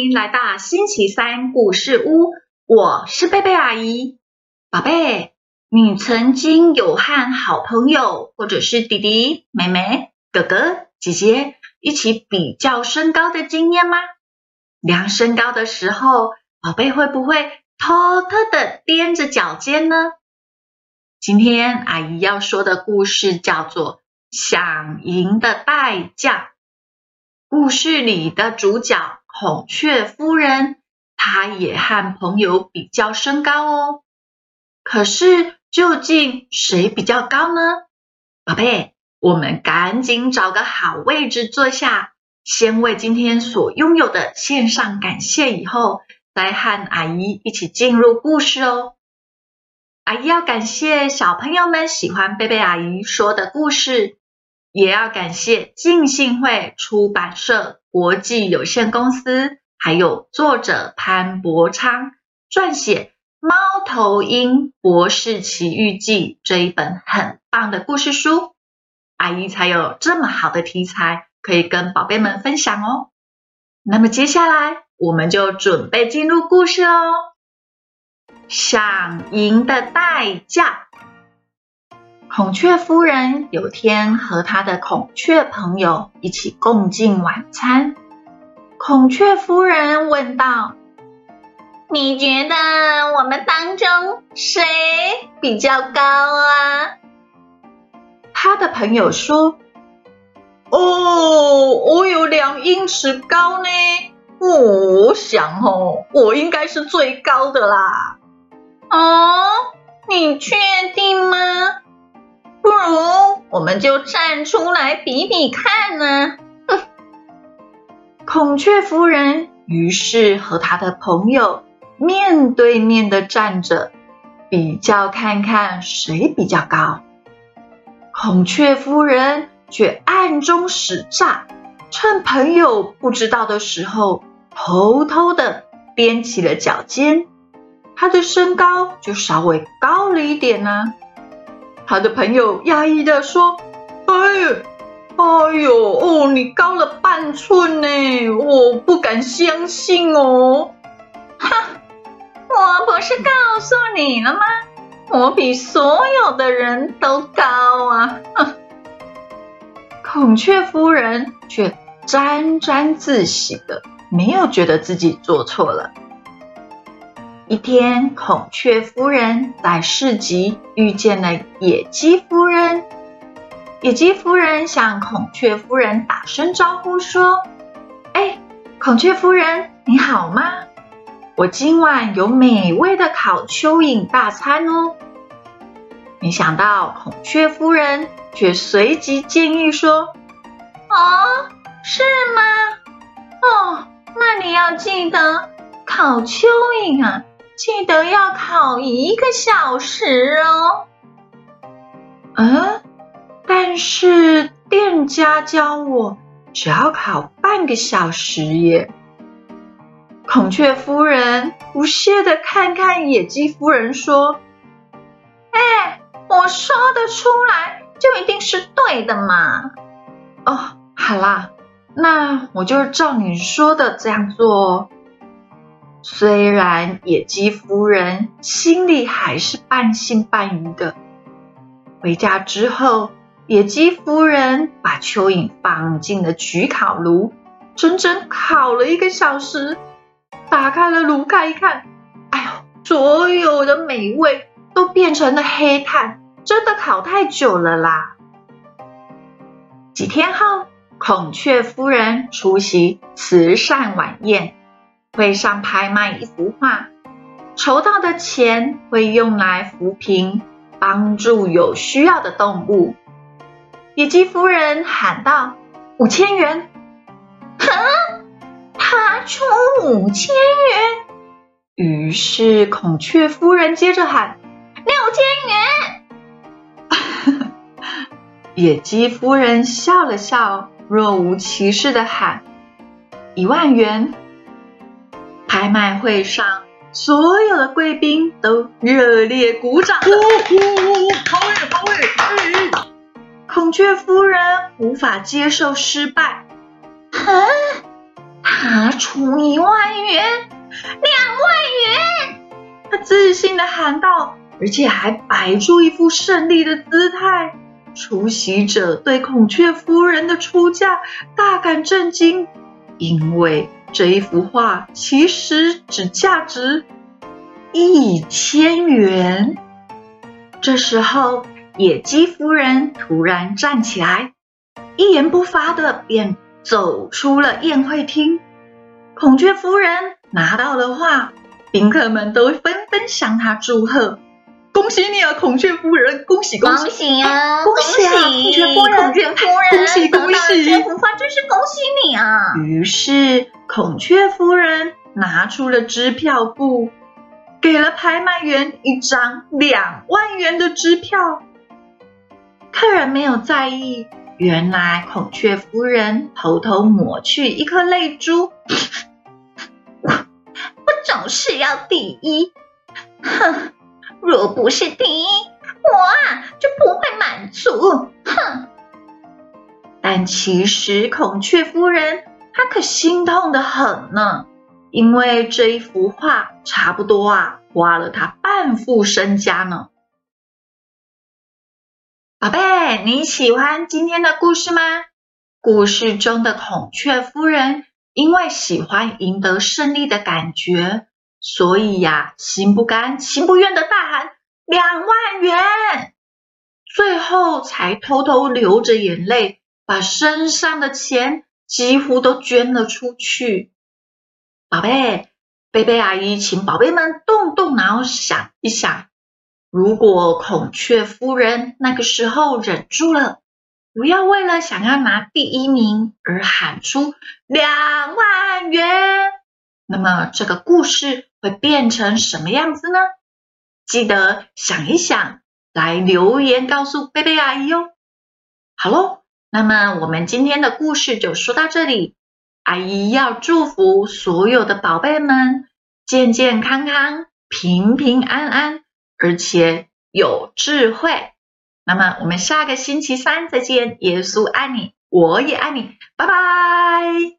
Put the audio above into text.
迎来到星期三故事屋，我是贝贝阿姨。宝贝，你曾经有和好朋友或者是弟弟、妹妹、哥哥、姐姐一起比较身高的经验吗？量身高的时候，宝贝会不会偷偷的踮着脚尖呢？今天阿姨要说的故事叫做《想赢的代价》。故事里的主角孔雀夫人，她也和朋友比较身高哦。可是究竟谁比较高呢？宝贝，我们赶紧找个好位置坐下，先为今天所拥有的献上感谢，以后再和阿姨一起进入故事哦。阿姨要感谢小朋友们喜欢贝贝阿姨说的故事，也要感谢浸信会出版社国际有限公司，还有作者潘伯昌撰写《猫头鹰博士奇遇记》这一本很棒的故事书，阿姨才有这么好的题材可以跟宝贝们分享哦。那么接下来我们就准备进入故事哦。想赢的代价。孔雀夫人有天和她的孔雀朋友一起共进晚餐。孔雀夫人问道：你觉得我们当中谁比较高啊？她的朋友说：我有2英尺高呢，我想我应该是最高的啦。你确定吗？不如我们就站出来比比看呢。孔雀夫人于是和她的朋友面对面的站着，比较看看谁比较高。孔雀夫人却暗中使诈，趁朋友不知道的时候，偷偷的踮起了脚尖，她的身高就稍微高了一点呢。他的朋友压抑地说：哎呦，你高了半寸呢，我不敢相信哦。我不是告诉你了吗？我比所有的人都高啊。孔雀夫人却沾沾自喜的，没有觉得自己做错了。一天，孔雀夫人在市集遇见了野鸡夫人。野鸡夫人向孔雀夫人打声招呼说：孔雀夫人你好吗？我今晚有美味的烤蚯蚓大餐哦。没想到孔雀夫人却随即建议说：是吗？那你要记得烤蚯蚓啊，记得要烤1个小时哦。但是店家教我只要烤半个小时耶。孔雀夫人不屑地看看野鸡夫人说：我说得出来就一定是对的嘛。好啦，那我就照你说的这样做哦。虽然野鸡夫人心里还是半信半疑的，回家之后，野鸡夫人把蚯蚓放进了焗烤炉，整整烤了1个小时。打开了炉盖一看，所有的美味都变成了黑炭，真的烤太久了啦。几天后，孔雀夫人出席慈善晚宴，会上拍卖一幅画，筹到的钱会用来扶贫，帮助有需要的动物。野鸡夫人喊道：5000元！他出5000元！于是孔雀夫人接着喊：6000元！野鸡夫人笑了笑，若无其事地喊：10000元！拍卖会上，所有的贵宾都热烈鼓掌。好耶！孔雀夫人无法接受失败。 他出1万元，2万元！他自信地喊道，而且还摆出一副胜利的姿态。出席者对孔雀夫人的出价大感震惊，因为这一幅画其实只价值1000元。这时候，野鸡夫人突然站起来，一言不发的便走出了宴会厅。孔雀夫人拿到了画，宾客们都纷纷向她祝贺。恭喜你啊，孔雀夫人！恭喜恭喜！ 恭喜啊！ 恭喜啊，孔雀夫人！ 孔雀夫人！ 恭喜恭喜！ 这幅画真是恭喜你啊！ 于是孔雀夫人拿出了支票簿，给了拍卖员一张2万元的支票。客人没有在意，原来孔雀夫人偷偷抹去一颗泪珠。 我总是要第一，哼！若不是第一，我就不会满足，哼！ 但其实孔雀夫人她可心痛得很呢，因为这一幅画差不多花了她半副身家呢。宝贝，你喜欢今天的故事吗？故事中的孔雀夫人因为喜欢赢得胜利的感觉，所以心不甘情不愿的大喊2万元，最后才偷偷流着眼泪，把身上的钱几乎都捐了出去。宝贝，贝贝阿姨请宝贝们动动脑想一想，如果孔雀夫人那个时候忍住了，不要为了想要拿第1名而喊出2万元，那么这个故事会变成什么样子呢？记得想一想，来留言告诉贝贝阿姨哦。好咯，那么我们今天的故事就说到这里。阿姨要祝福所有的宝贝们健健康康、平平安安，而且有智慧。那么我们下个星期三再见，耶稣爱你，我也爱你，拜拜。